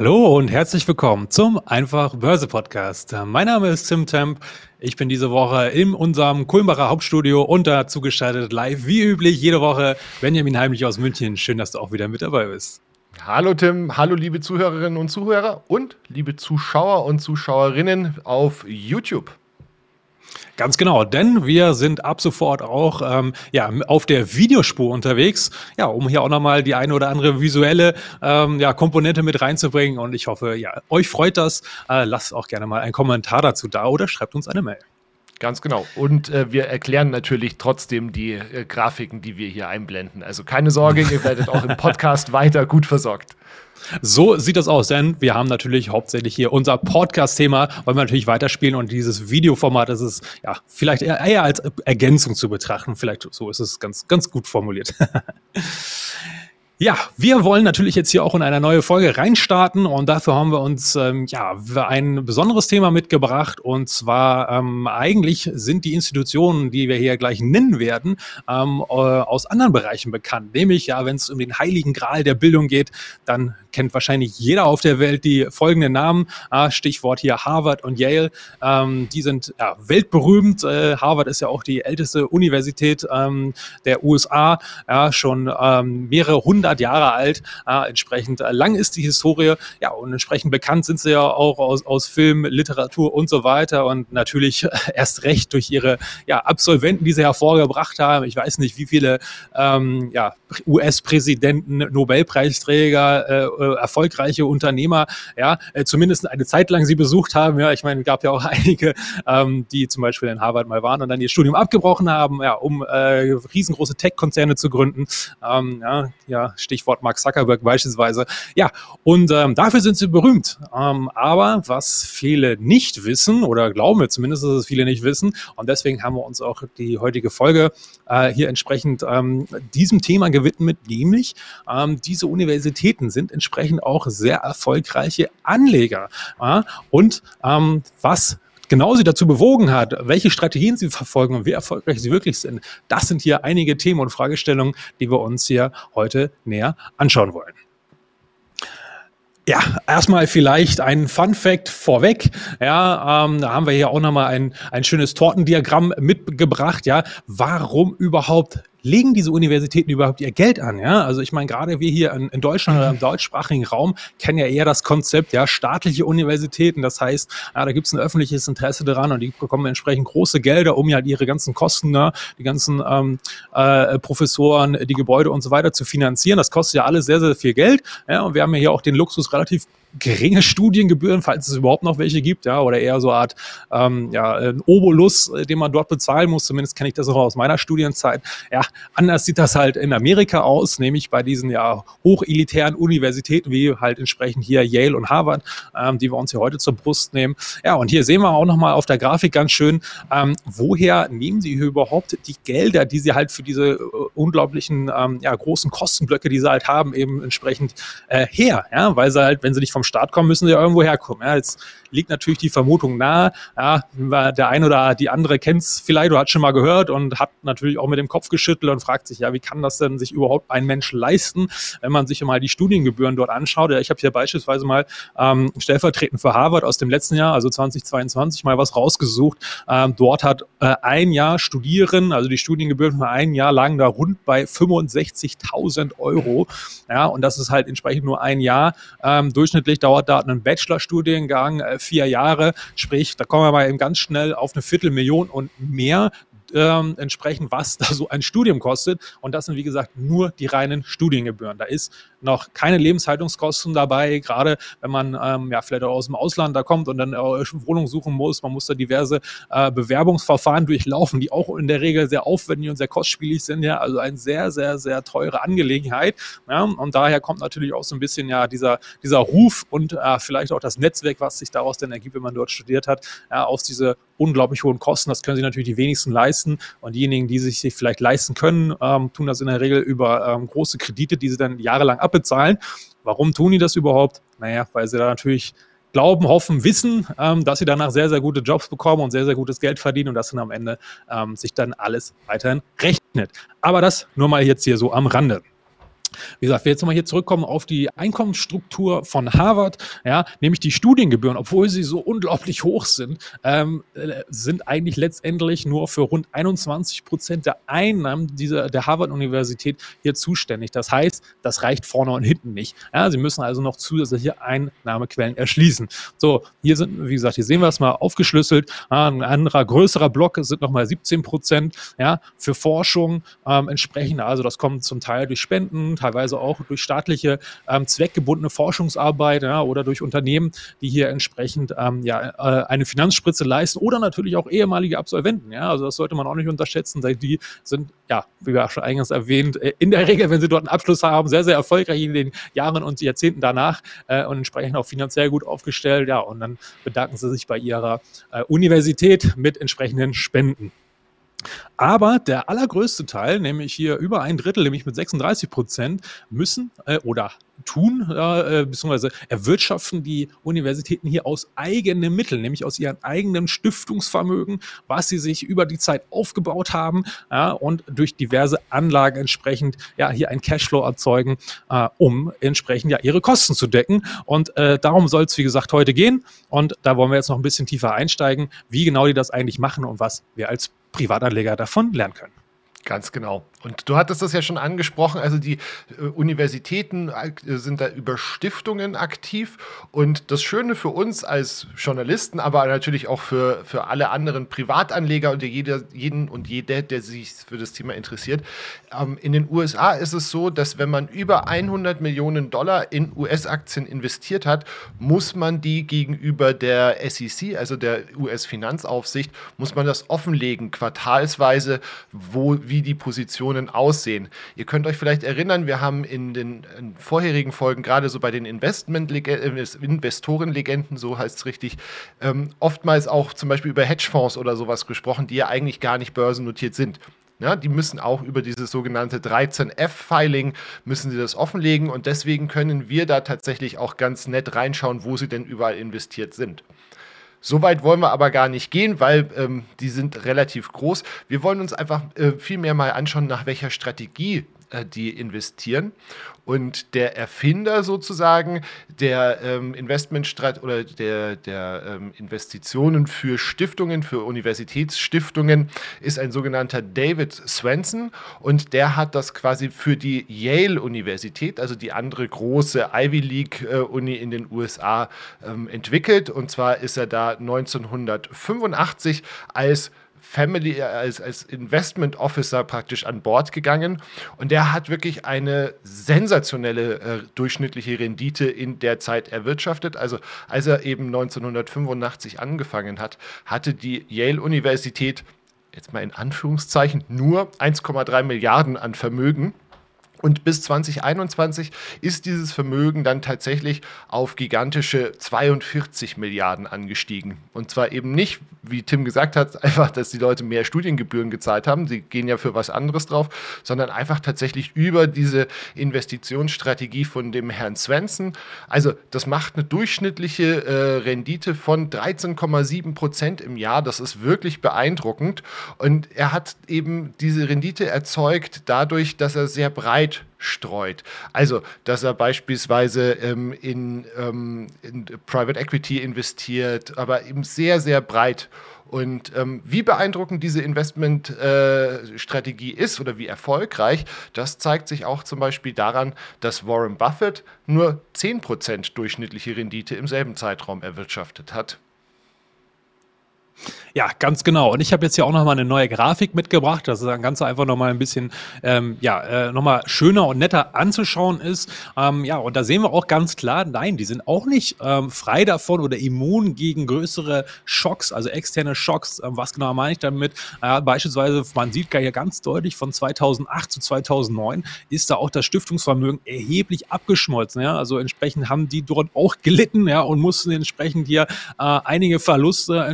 Hallo und herzlich willkommen zum Einfach Börse Podcast. Mein Name ist Tim Temp. Ich bin diese Woche in unserem Kulmbacher Hauptstudio und dazu geschaltet live wie üblich jede Woche Benjamin Heimlich aus München. Schön, dass du auch wieder mit dabei bist. Hallo Tim, hallo liebe Zuhörerinnen und Zuhörer und liebe Zuschauer und Zuschauerinnen auf YouTube. Ganz genau, denn wir sind ab sofort auch auf der Videospur unterwegs, um hier auch nochmal die eine oder andere visuelle Komponente mit reinzubringen. Und ich hoffe, euch freut das. Lasst auch gerne mal einen Kommentar dazu da oder schreibt uns eine Mail. Ganz genau. Und wir erklären natürlich trotzdem die Grafiken, die wir hier einblenden. Also keine Sorge, ihr werdet auch im Podcast weiter gut versorgt. So sieht das aus, denn wir haben natürlich hauptsächlich hier unser Podcast-Thema, wollen wir natürlich weiterspielen und dieses Videoformat ist es vielleicht eher als Ergänzung zu betrachten. Vielleicht so ist es ganz, ganz gut formuliert. Ja, wir wollen natürlich jetzt hier auch in eine neue Folge reinstarten und dafür haben wir uns ein besonderes Thema mitgebracht und zwar eigentlich sind die Institutionen, die wir hier gleich nennen werden, aus anderen Bereichen bekannt. Nämlich, wenn es um den heiligen Gral der Bildung geht, dann kennt wahrscheinlich jeder auf der Welt die folgenden Namen. Stichwort hier Harvard und Yale. Die sind weltberühmt. Harvard ist ja auch die älteste Universität der USA, schon mehrere hundert Jahre alt. Entsprechend lang ist die Historie. Ja, und entsprechend bekannt sind sie ja auch aus Film, Literatur und so weiter. Und natürlich erst recht durch ihre Absolventen, die sie hervorgebracht haben. Ich weiß nicht, wie viele US-Präsidenten, Nobelpreisträger, erfolgreiche Unternehmer, zumindest eine Zeit lang sie besucht haben. Ja, ich meine, es gab ja auch einige, die zum Beispiel in Harvard mal waren und dann ihr Studium abgebrochen haben, um riesengroße Tech-Konzerne zu gründen. Stichwort Mark Zuckerberg beispielsweise. Ja, und dafür sind sie berühmt. Aber was viele nicht wissen, oder glauben wir zumindest, dass es viele nicht wissen, und deswegen haben wir uns auch die heutige Folge hier entsprechend diesem Thema gewidmet, nämlich diese Universitäten sind entsprechend auch sehr erfolgreiche Anleger. Und was genau sie dazu bewogen hat, welche Strategien sie verfolgen und wie erfolgreich sie wirklich sind, das sind hier einige Themen und Fragestellungen, die wir uns hier heute näher anschauen wollen. Ja, erstmal vielleicht ein Fun-Fact vorweg. Da haben wir hier auch nochmal ein schönes Tortendiagramm mitgebracht. Ja, warum überhaupt legen diese Universitäten überhaupt ihr Geld an? Ja, also ich meine, gerade wir hier in Deutschland oder im deutschsprachigen Raum kennen ja eher das Konzept, staatliche Universitäten. Das heißt, da gibt es ein öffentliches Interesse daran und die bekommen entsprechend große Gelder, um halt ihre ganzen Kosten, die ganzen Professoren, die Gebäude und so weiter zu finanzieren. Das kostet ja alles sehr, sehr viel Geld. Ja, und wir haben ja hier auch den Luxus, relativ geringe Studiengebühren, falls es überhaupt noch welche gibt, oder eher so eine Art ein Obolus, den man dort bezahlen muss. Zumindest kenne ich das auch aus meiner Studienzeit. Ja, anders sieht das halt in Amerika aus, nämlich bei diesen hochelitären Universitäten wie halt entsprechend hier Yale und Harvard, die wir uns hier heute zur Brust nehmen. Ja, und hier sehen wir auch nochmal auf der Grafik ganz schön, woher nehmen sie hier überhaupt die Gelder, die sie halt für diese unglaublichen großen Kostenblöcke, die sie halt haben, eben entsprechend her. Ja, weil sie halt, wenn sie nicht vom Staat kommen, müssen sie ja irgendwo herkommen. Ja, jetzt liegt natürlich die Vermutung nahe, der eine oder die andere kennt es vielleicht oder hat schon mal gehört und hat natürlich auch mit dem Kopf geschüttelt und fragt sich, wie kann das denn sich überhaupt ein Mensch leisten, wenn man sich mal die Studiengebühren dort anschaut. Ja, ich habe hier beispielsweise mal stellvertretend für Harvard aus dem letzten Jahr, also 2022, mal was rausgesucht. Dort hat ein Jahr Studieren, also die Studiengebühren für ein Jahr lagen da rund bei 65.000 Euro. Ja, und das ist halt entsprechend nur ein Jahr. Durchschnittlich dauert da ein Bachelorstudiengang 4 Jahre, sprich, da kommen wir mal eben ganz schnell auf eine Viertelmillion und mehr. Entsprechend, was da so ein Studium kostet. Und das sind, wie gesagt, nur die reinen Studiengebühren. Da ist noch keine Lebenshaltungskosten dabei, gerade wenn man vielleicht auch aus dem Ausland da kommt und dann Wohnung suchen muss. Man muss da diverse Bewerbungsverfahren durchlaufen, die auch in der Regel sehr aufwendig und sehr kostspielig sind. Ja, also eine sehr, sehr, sehr teure Angelegenheit. Ja, und daher kommt natürlich auch so ein bisschen dieser Ruf und vielleicht auch das Netzwerk, was sich daraus dann ergibt, wenn man dort studiert hat, aus diese unglaublich hohen Kosten. Das können sich natürlich die wenigsten leisten. Und diejenigen, die sich vielleicht leisten können, tun das in der Regel über große Kredite, die sie dann jahrelang abbezahlen. Warum tun die das überhaupt? Naja, weil sie da natürlich glauben, hoffen, wissen, dass sie danach sehr, sehr gute Jobs bekommen und sehr, sehr gutes Geld verdienen und das dann am Ende sich dann alles weiterhin rechnet. Aber das nur mal jetzt hier so am Rande. Wie gesagt, wir jetzt nochmal hier zurückkommen auf die Einkommensstruktur von Harvard, ja, nämlich die Studiengebühren, obwohl sie so unglaublich hoch sind eigentlich letztendlich nur für rund 21% der Einnahmen der Harvard-Universität hier zuständig. Das heißt, das reicht vorne und hinten nicht. Ja, sie müssen also noch zusätzliche Einnahmequellen erschließen. So, hier sind, wie gesagt, hier sehen wir es mal aufgeschlüsselt. Ein anderer größerer Block sind nochmal 17%, ja, für Forschung entsprechend. Also das kommt zum Teil durch Spenden, teilweise auch durch staatliche zweckgebundene Forschungsarbeit, ja, oder durch Unternehmen, die hier entsprechend eine Finanzspritze leisten, oder natürlich auch ehemalige Absolventen. Ja, also das sollte man auch nicht unterschätzen. Die sind, ja, wie wir schon eingangs erwähnt, in der Regel, wenn sie dort einen Abschluss haben, sehr, sehr erfolgreich in den Jahren und Jahrzehnten danach und entsprechend auch finanziell gut aufgestellt. Ja, und dann bedanken sie sich bei ihrer Universität mit entsprechenden Spenden. Aber der allergrößte Teil, nämlich hier über ein Drittel, nämlich mit 36%, müssen oder tun, beziehungsweise erwirtschaften die Universitäten hier aus eigenen Mitteln, nämlich aus ihrem eigenen Stiftungsvermögen, was sie sich über die Zeit aufgebaut haben, und durch diverse Anlagen entsprechend hier einen Cashflow erzeugen, um entsprechend ihre Kosten zu decken. Und darum soll es, wie gesagt, heute gehen. Und da wollen wir jetzt noch ein bisschen tiefer einsteigen, wie genau die das eigentlich machen und was wir als Privatanleger davon lernen können. Ganz genau. Und du hattest das ja schon angesprochen, also die Universitäten sind da über Stiftungen aktiv, und das Schöne für uns als Journalisten, aber natürlich auch für alle anderen Privatanleger und jeden und jede, der sich für das Thema interessiert, in den USA ist es so, dass wenn man über $100 Millionen in US-Aktien investiert hat, muss man die gegenüber der SEC, also der US-Finanzaufsicht, muss man das offenlegen, quartalsweise, wie die Positionen aussehen. Ihr könnt euch vielleicht erinnern, wir haben in den vorherigen Folgen, gerade so bei den Investorenlegenden, so heißt es richtig, oftmals auch zum Beispiel über Hedgefonds oder sowas gesprochen, die ja eigentlich gar nicht börsennotiert sind. Ja, die müssen auch über dieses sogenannte 13F-Filing müssen sie das offenlegen, und deswegen können wir da tatsächlich auch ganz nett reinschauen, wo sie denn überall investiert sind. Soweit wollen wir aber gar nicht gehen, weil die sind relativ groß. Wir wollen uns einfach viel mehr mal anschauen, nach welcher Strategie die investieren. Und der Erfinder sozusagen der Investmentstrategie oder der Investitionen für Stiftungen, für Universitätsstiftungen, ist ein sogenannter David Swensen, und der hat das quasi für die Yale-Universität, also die andere große Ivy League-Uni in den USA, entwickelt. Und zwar ist er da 1985 als Investment Officer praktisch an Bord gegangen, und der hat wirklich eine sensationelle durchschnittliche Rendite in der Zeit erwirtschaftet. Also als er eben 1985 angefangen hat, hatte die Yale-Universität, jetzt mal in Anführungszeichen, nur 1,3 Milliarden an Vermögen. Und bis 2021 ist dieses Vermögen dann tatsächlich auf gigantische 42 Milliarden angestiegen. Und zwar eben nicht, wie Tim gesagt hat, einfach, dass die Leute mehr Studiengebühren gezahlt haben, sie gehen ja für was anderes drauf, sondern einfach tatsächlich über diese Investitionsstrategie von dem Herrn Swensen. Also das macht eine durchschnittliche Rendite von 13,7% im Jahr. Das ist wirklich beeindruckend. Und er hat eben diese Rendite erzeugt dadurch, dass er sehr breit streut. Also, dass er beispielsweise in Private Equity investiert, aber eben sehr, sehr breit. Und wie beeindruckend diese Investmentstrategie ist oder wie erfolgreich, das zeigt sich auch zum Beispiel daran, dass Warren Buffett nur 10% durchschnittliche Rendite im selben Zeitraum erwirtschaftet hat. Ja, ganz genau. Und ich habe jetzt hier auch nochmal eine neue Grafik mitgebracht, dass das Ganze einfach nochmal ein bisschen nochmal schöner und netter anzuschauen ist. Und da sehen wir auch ganz klar, nein, die sind auch nicht frei davon oder immun gegen größere Schocks, also externe Schocks. Was genau meine ich damit? Beispielsweise, man sieht hier ganz deutlich, von 2008 zu 2009 ist da auch das Stiftungsvermögen erheblich abgeschmolzen. Ja? Also entsprechend haben die dort auch gelitten, ja, und mussten entsprechend hier einige Verluste entsprechend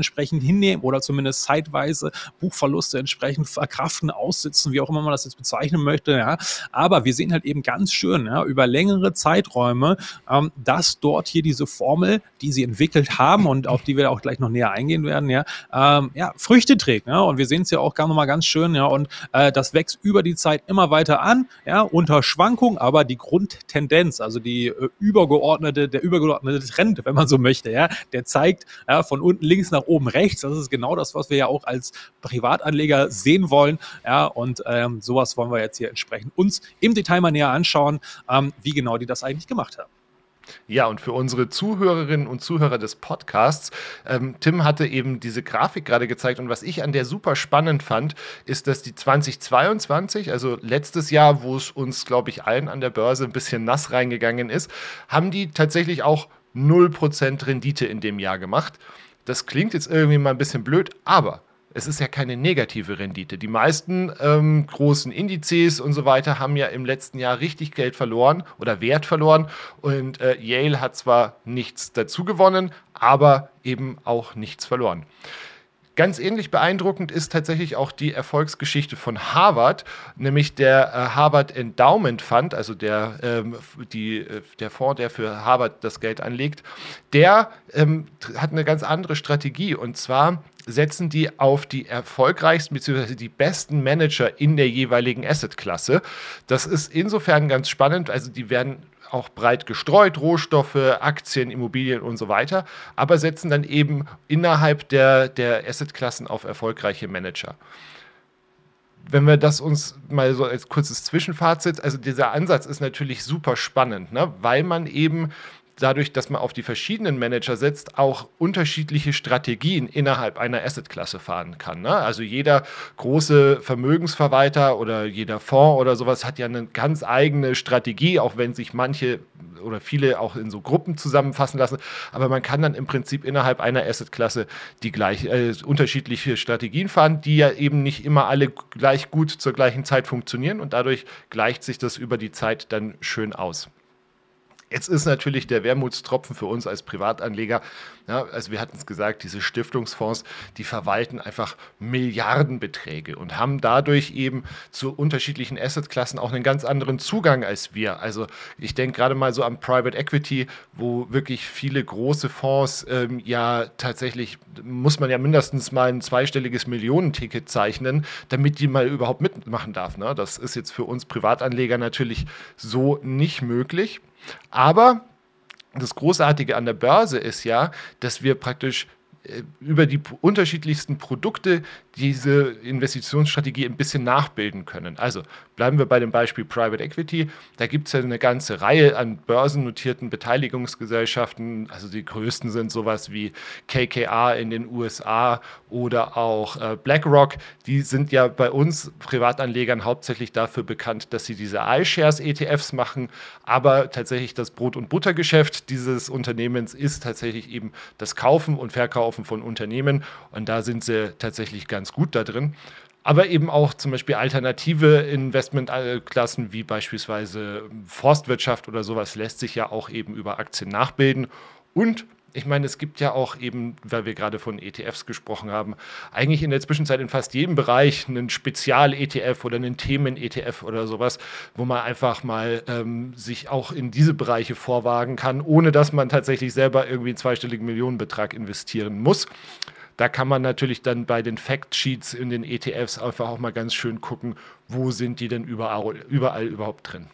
hinnehmen oder zumindest zeitweise Buchverluste entsprechend verkraften, aussitzen, wie auch immer man das jetzt bezeichnen möchte. Ja. Aber wir sehen halt eben ganz schön, ja, über längere Zeiträume, dass dort hier diese Formel, die sie entwickelt haben und auf die wir auch gleich noch näher eingehen werden, Früchte trägt. Ja. Und wir sehen es ja auch gar nochmal ganz schön, ja, und das wächst über die Zeit immer weiter an, ja, unter Schwankungen, aber die Grundtendenz, also der übergeordnete Trend, wenn man so möchte, ja, der zeigt von unten links nach oben rechts. Das ist genau das, was wir ja auch als Privatanleger sehen wollen. Ja, und sowas wollen wir jetzt hier entsprechend uns im Detail mal näher anschauen, wie genau die das eigentlich gemacht haben. Ja, und für unsere Zuhörerinnen und Zuhörer des Podcasts, Tim hatte eben diese Grafik gerade gezeigt und was ich an der super spannend fand, ist, dass die 2022, also letztes Jahr, wo es uns, glaube ich, allen an der Börse ein bisschen nass reingegangen ist, haben die tatsächlich auch 0% Rendite in dem Jahr gemacht. Das klingt jetzt irgendwie mal ein bisschen blöd, aber es ist ja keine negative Rendite. Die meisten großen Indizes und so weiter haben ja im letzten Jahr richtig Geld verloren oder Wert verloren. Und Yale hat zwar nichts dazu gewonnen, aber eben auch nichts verloren. Ganz ähnlich beeindruckend ist tatsächlich auch die Erfolgsgeschichte von Harvard, nämlich der Harvard Endowment Fund, also der Fonds, der für Harvard das Geld anlegt, der hat eine ganz andere Strategie und zwar setzen die auf die erfolgreichsten bzw. die besten Manager in der jeweiligen Assetklasse. Das ist insofern ganz spannend, also die werden auch breit gestreut, Rohstoffe, Aktien, Immobilien und so weiter, aber setzen dann eben innerhalb der Assetklassen auf erfolgreiche Manager. Wenn wir das uns mal so als kurzes Zwischenfazit, also dieser Ansatz ist natürlich super spannend, ne? Weil man eben dadurch, dass man auf die verschiedenen Manager setzt, auch unterschiedliche Strategien innerhalb einer Assetklasse fahren kann. Ne? Also jeder große Vermögensverwalter oder jeder Fonds oder sowas hat ja eine ganz eigene Strategie, auch wenn sich manche oder viele auch in so Gruppen zusammenfassen lassen. Aber man kann dann im Prinzip innerhalb einer Assetklasse die unterschiedliche Strategien fahren, die ja eben nicht immer alle gleich gut zur gleichen Zeit funktionieren und dadurch gleicht sich das über die Zeit dann schön aus. Jetzt ist natürlich der Wermutstropfen für uns als Privatanleger, ja, also wir hatten es gesagt, diese Stiftungsfonds, die verwalten einfach Milliardenbeträge und haben dadurch eben zu unterschiedlichen Assetklassen auch einen ganz anderen Zugang als wir. Also ich denke gerade mal so am Private Equity, wo wirklich viele große Fonds ja tatsächlich, muss man ja mindestens mal ein zweistelliges Millionenticket zeichnen, damit die mal überhaupt mitmachen darf. Ne? Das ist jetzt für uns Privatanleger natürlich so nicht möglich. Aber das Großartige an der Börse ist ja, dass wir praktisch über die unterschiedlichsten Produkte diese Investitionsstrategie ein bisschen nachbilden können. Also bleiben wir bei dem Beispiel Private Equity. Da gibt es ja eine ganze Reihe an börsennotierten Beteiligungsgesellschaften. Also die größten sind sowas wie KKR in den USA oder auch BlackRock. Die sind ja bei uns Privatanlegern hauptsächlich dafür bekannt, dass sie diese iShares ETFs machen. Aber tatsächlich das Brot- und Buttergeschäft dieses Unternehmens ist tatsächlich eben das Kaufen und Verkaufen von Unternehmen und da sind sie tatsächlich ganz gut da drin. Aber eben auch zum Beispiel alternative Investmentklassen wie beispielsweise Forstwirtschaft oder sowas lässt sich ja auch eben über Aktien nachbilden. Und ich meine, es gibt ja auch eben, weil wir gerade von ETFs gesprochen haben, eigentlich in der Zwischenzeit in fast jedem Bereich einen Spezial-ETF oder einen Themen-ETF oder sowas, wo man einfach mal sich auch in diese Bereiche vorwagen kann, ohne dass man tatsächlich selber irgendwie einen zweistelligen Millionenbetrag investieren muss. Da kann man natürlich dann bei den Factsheets in den ETFs einfach auch mal ganz schön gucken, wo sind die denn überall überhaupt drin.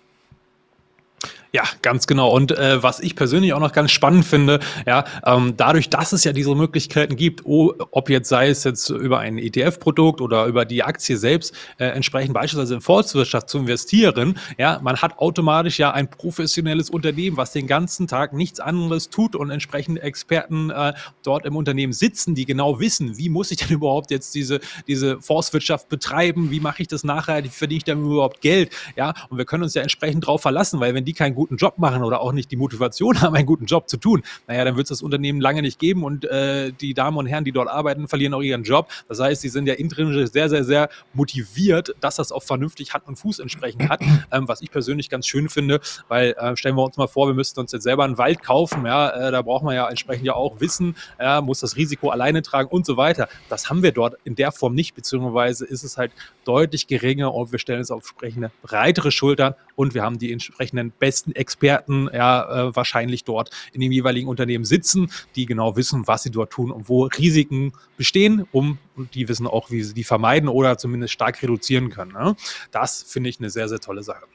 Ja, ganz genau. Und was ich persönlich auch noch ganz spannend finde, ja, dadurch, dass es ja diese Möglichkeiten gibt, ob sei es jetzt über ein ETF-Produkt oder über die Aktie selbst, entsprechend beispielsweise in Volkswirtschaft zu investieren, ja, man hat automatisch ja ein professionelles Unternehmen, was den ganzen Tag nichts anderes tut und entsprechend Experten dort im Unternehmen sitzen, die genau wissen, wie muss ich denn überhaupt jetzt diese Forstwirtschaft betreiben, wie mache ich das nachher, wie verdiene ich damit überhaupt Geld, ja, und wir können uns ja entsprechend drauf verlassen, weil wenn die keinen guten Job machen oder auch nicht die Motivation haben, einen guten Job zu tun, naja, dann wird es das Unternehmen lange nicht geben und die Damen und Herren, die dort arbeiten, verlieren auch ihren Job. Das heißt, sie sind ja intrinsisch sehr, sehr, sehr motiviert, dass das auch vernünftig Hand und Fuß entsprechend hat, was ich persönlich ganz schön finde, weil stellen wir uns mal vor, wir müssten uns jetzt selber einen Wald kaufen, ja, da braucht man ja entsprechend ja auch Wissen, muss das Risiko alleine tragen und so weiter. Das haben wir dort in der Form nicht, beziehungsweise ist es halt deutlich geringer und wir stellen es auf entsprechende breitere Schultern und wir haben die entsprechenden besten Experten wahrscheinlich dort in dem jeweiligen Unternehmen sitzen, die genau wissen, was sie dort tun und wo Risiken bestehen, und die wissen auch, wie sie die vermeiden oder zumindest stark reduzieren können. Ne? Das finde ich eine sehr, sehr tolle Sache.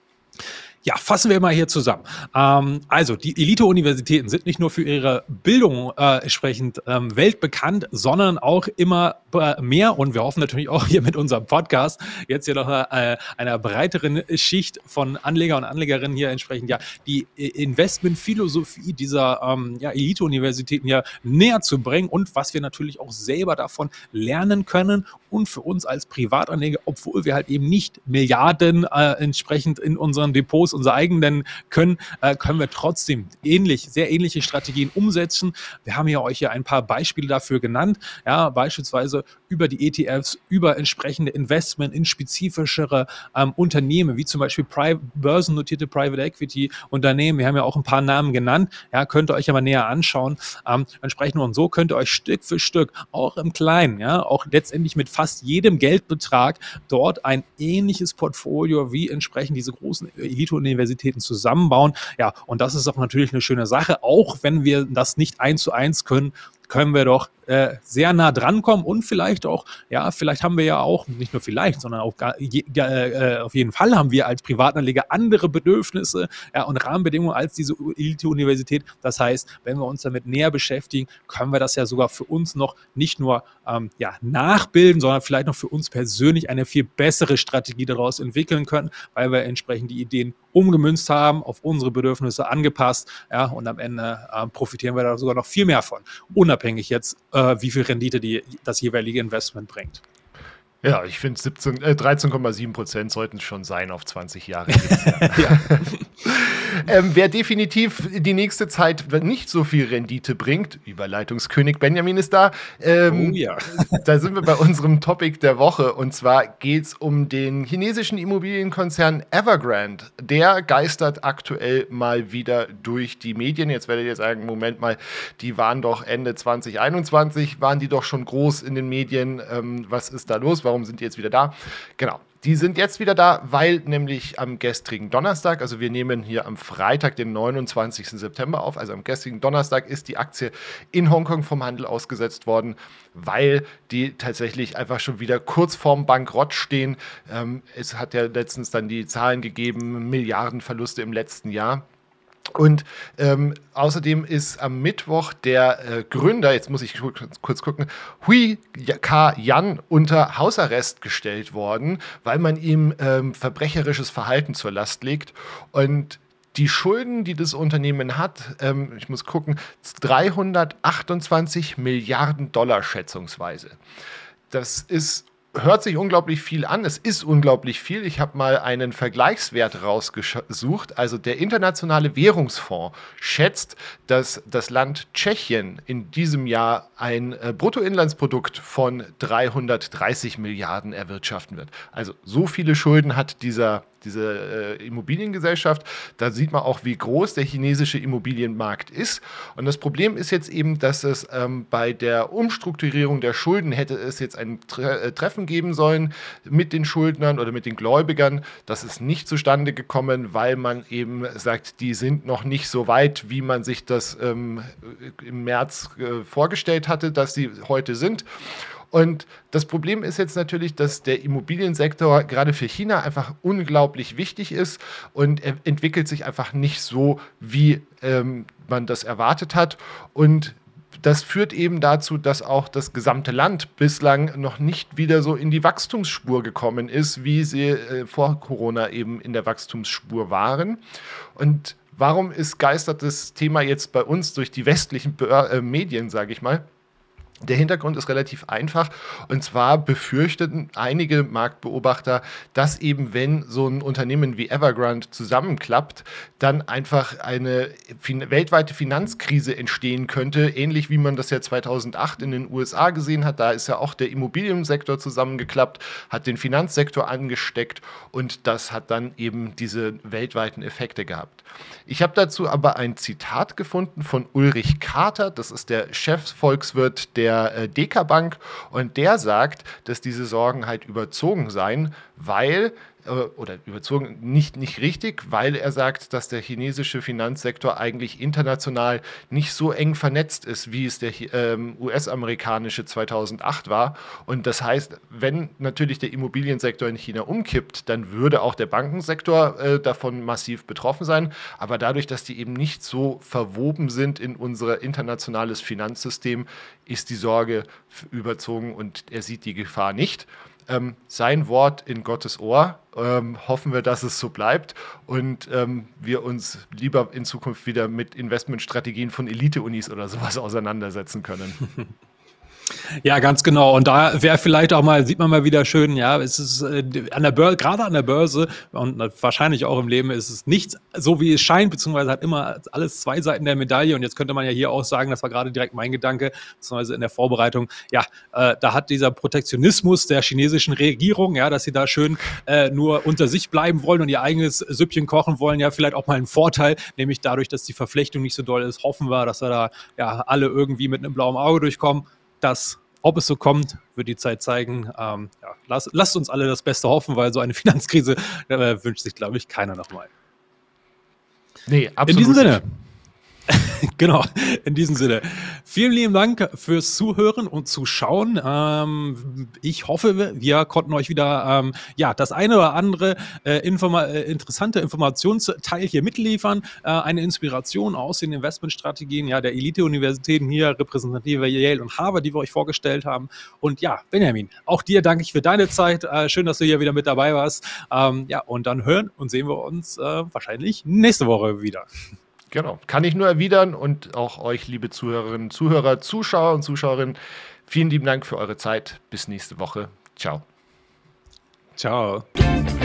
Ja, fassen wir mal hier zusammen. Also die Elite-Universitäten sind nicht nur für ihre Bildung entsprechend weltbekannt, sondern auch immer mehr, und wir hoffen natürlich auch hier mit unserem Podcast jetzt hier noch einer breiteren Schicht von Anleger und Anlegerinnen hier entsprechend ja die Investmentphilosophie dieser Elite-Universitäten ja näher zu bringen und was wir natürlich auch selber davon lernen können und für uns als Privatanleger, obwohl wir halt eben nicht Milliarden entsprechend in unseren Depots unser eigenen können wir trotzdem sehr ähnliche Strategien umsetzen. Wir haben ja euch hier ein paar Beispiele dafür genannt, ja, beispielsweise über die ETFs, über entsprechende Investment in spezifischere Unternehmen, wie zum Beispiel börsennotierte Private Equity Unternehmen. Wir haben ja auch ein paar Namen genannt, ja, könnt ihr euch aber näher anschauen. Entsprechend und so könnt ihr euch Stück für Stück, auch im Kleinen, ja, auch letztendlich mit fast jedem Geldbetrag dort ein ähnliches Portfolio wie entsprechend diese großen Elite-Universitäten zusammenbauen. Ja, und das ist auch natürlich eine schöne Sache, auch wenn wir das nicht 1:1 können wir doch sehr nah drankommen und vielleicht auch, ja, vielleicht haben wir ja auch, nicht nur vielleicht, sondern auch auf jeden Fall haben wir als Privatanleger andere Bedürfnisse und Rahmenbedingungen als diese Elite-Universität. Das heißt, wenn wir uns damit näher beschäftigen, können wir das ja sogar für uns noch nicht nur nachbilden, sondern vielleicht noch für uns persönlich eine viel bessere Strategie daraus entwickeln können, weil wir entsprechend die Ideen umgemünzt haben, auf unsere Bedürfnisse angepasst, ja, und am Ende profitieren wir da sogar noch viel mehr von, unabhängig jetzt, wie viel Rendite das jeweilige Investment bringt. Ja, ich finde 13,7% sollten es schon sein auf 20 Jahre. Wer definitiv die nächste Zeit nicht so viel Rendite bringt, Überleitungskönig Benjamin ist da, da sind wir bei unserem Topic der Woche, und zwar geht es um den chinesischen Immobilienkonzern Evergrande. Der geistert aktuell mal wieder durch die Medien. Jetzt werdet ihr sagen, Moment mal, die waren doch Ende 2021, waren die doch schon groß in den Medien. Was ist da los? Warum sind die jetzt wieder da? Genau. Die sind jetzt wieder da, weil nämlich am gestrigen Donnerstag, also wir nehmen hier am Freitag, den 29. September auf, also am gestrigen Donnerstag ist die Aktie in Hongkong vom Handel ausgesetzt worden, weil die tatsächlich einfach schon wieder kurz vorm Bankrott stehen. Es hat ja letztens dann die Zahlen gegeben, Milliardenverluste im letzten Jahr. Und außerdem ist am Mittwoch der Gründer, jetzt muss ich kurz gucken, Hui Ka-Yan unter Hausarrest gestellt worden, weil man ihm verbrecherisches Verhalten zur Last legt. Und die Schulden, die das Unternehmen hat, ich muss gucken, 328 Milliarden Dollar schätzungsweise. Das hört sich unglaublich viel an. Es ist unglaublich viel. Ich habe mal einen Vergleichswert rausgesucht. Also der Internationale Währungsfonds schätzt, dass das Land Tschechien in diesem Jahr ein Bruttoinlandsprodukt von 330 Milliarden erwirtschaften wird. Also so viele Schulden hat diese Immobiliengesellschaft. Da sieht man auch, wie groß der chinesische Immobilienmarkt ist. Und das Problem ist jetzt eben, dass es bei der Umstrukturierung der Schulden hätte es jetzt ein Treffen geben sollen mit den Schuldnern oder mit den Gläubigern. Das ist nicht zustande gekommen, weil man eben sagt, die sind noch nicht so weit, wie man sich das im März vorgestellt hatte, dass sie heute sind. Und das Problem ist jetzt natürlich, dass der Immobiliensektor gerade für China einfach unglaublich wichtig ist und er entwickelt sich einfach nicht so, wie man das erwartet hat. Und das führt eben dazu, dass auch das gesamte Land bislang noch nicht wieder so in die Wachstumsspur gekommen ist, wie sie vor Corona eben in der Wachstumsspur waren. Und warum geistert das Thema jetzt bei uns durch die westlichen Medien, sage ich mal? Der Hintergrund ist relativ einfach, und zwar befürchteten einige Marktbeobachter, dass eben, wenn so ein Unternehmen wie Evergrande zusammenklappt, dann einfach eine weltweite Finanzkrise entstehen könnte, ähnlich wie man das ja 2008 in den USA gesehen hat. Da ist ja auch der Immobiliensektor zusammengeklappt, hat den Finanzsektor angesteckt, und das hat dann eben diese weltweiten Effekte gehabt. Ich habe dazu aber ein Zitat gefunden von Ulrich Kater, das ist der Chefvolkswirt der DK Bank, und der sagt, dass diese Sorgen halt überzogen seien, weil oder überzogen nicht richtig, weil er sagt, dass der chinesische Finanzsektor eigentlich international nicht so eng vernetzt ist, wie es der US-amerikanische 2008 war. Und das heißt, wenn natürlich der Immobiliensektor in China umkippt, dann würde auch der Bankensektor davon massiv betroffen sein. Aber dadurch, dass die eben nicht so verwoben sind in unser internationales Finanzsystem, ist die Sorge überzogen, und er sieht die Gefahr nicht. Sein Wort in Gottes Ohr. Hoffen wir, dass es so bleibt, und wir uns lieber in Zukunft wieder mit Investmentstrategien von Elite-Unis oder sowas auseinandersetzen können. Ja, ganz genau. Und da wäre vielleicht auch mal, sieht man mal wieder schön, ja, es ist an der Börse, gerade an der Börse und wahrscheinlich auch im Leben, ist es nichts so, wie es scheint, beziehungsweise hat immer alles zwei Seiten der Medaille. Und jetzt könnte man ja hier auch sagen, das war gerade direkt mein Gedanke, beziehungsweise in der Vorbereitung, ja, da hat dieser Protektionismus der chinesischen Regierung, ja, dass sie da schön nur unter sich bleiben wollen und ihr eigenes Süppchen kochen wollen, ja, vielleicht auch mal einen Vorteil, nämlich dadurch, dass die Verflechtung nicht so doll ist, hoffen wir, dass wir da ja alle irgendwie mit einem blauen Auge durchkommen. Ob es so kommt, wird die Zeit zeigen. Ja, lasst uns alle das Beste hoffen, weil so eine Finanzkrise wünscht sich, glaube ich, keiner nochmal. Nee, absolut. In diesem Sinne. Genau, in diesem Sinne. Vielen lieben Dank fürs Zuhören und Zuschauen. Ich hoffe, wir konnten euch wieder das eine oder andere interessante Informationsteil hier mitliefern. Eine Inspiration aus den Investmentstrategien der Elite-Universitäten hier, repräsentative Yale und Harvard, die wir euch vorgestellt haben. Und ja, Benjamin, auch dir danke ich für deine Zeit. Schön, dass du hier wieder mit dabei warst. Und dann hören und sehen wir uns wahrscheinlich nächste Woche wieder. Genau, kann ich nur erwidern, und auch euch, liebe Zuhörerinnen, Zuhörer, Zuschauer und Zuschauerinnen, vielen lieben Dank für eure Zeit. Bis nächste Woche. Ciao. Ciao.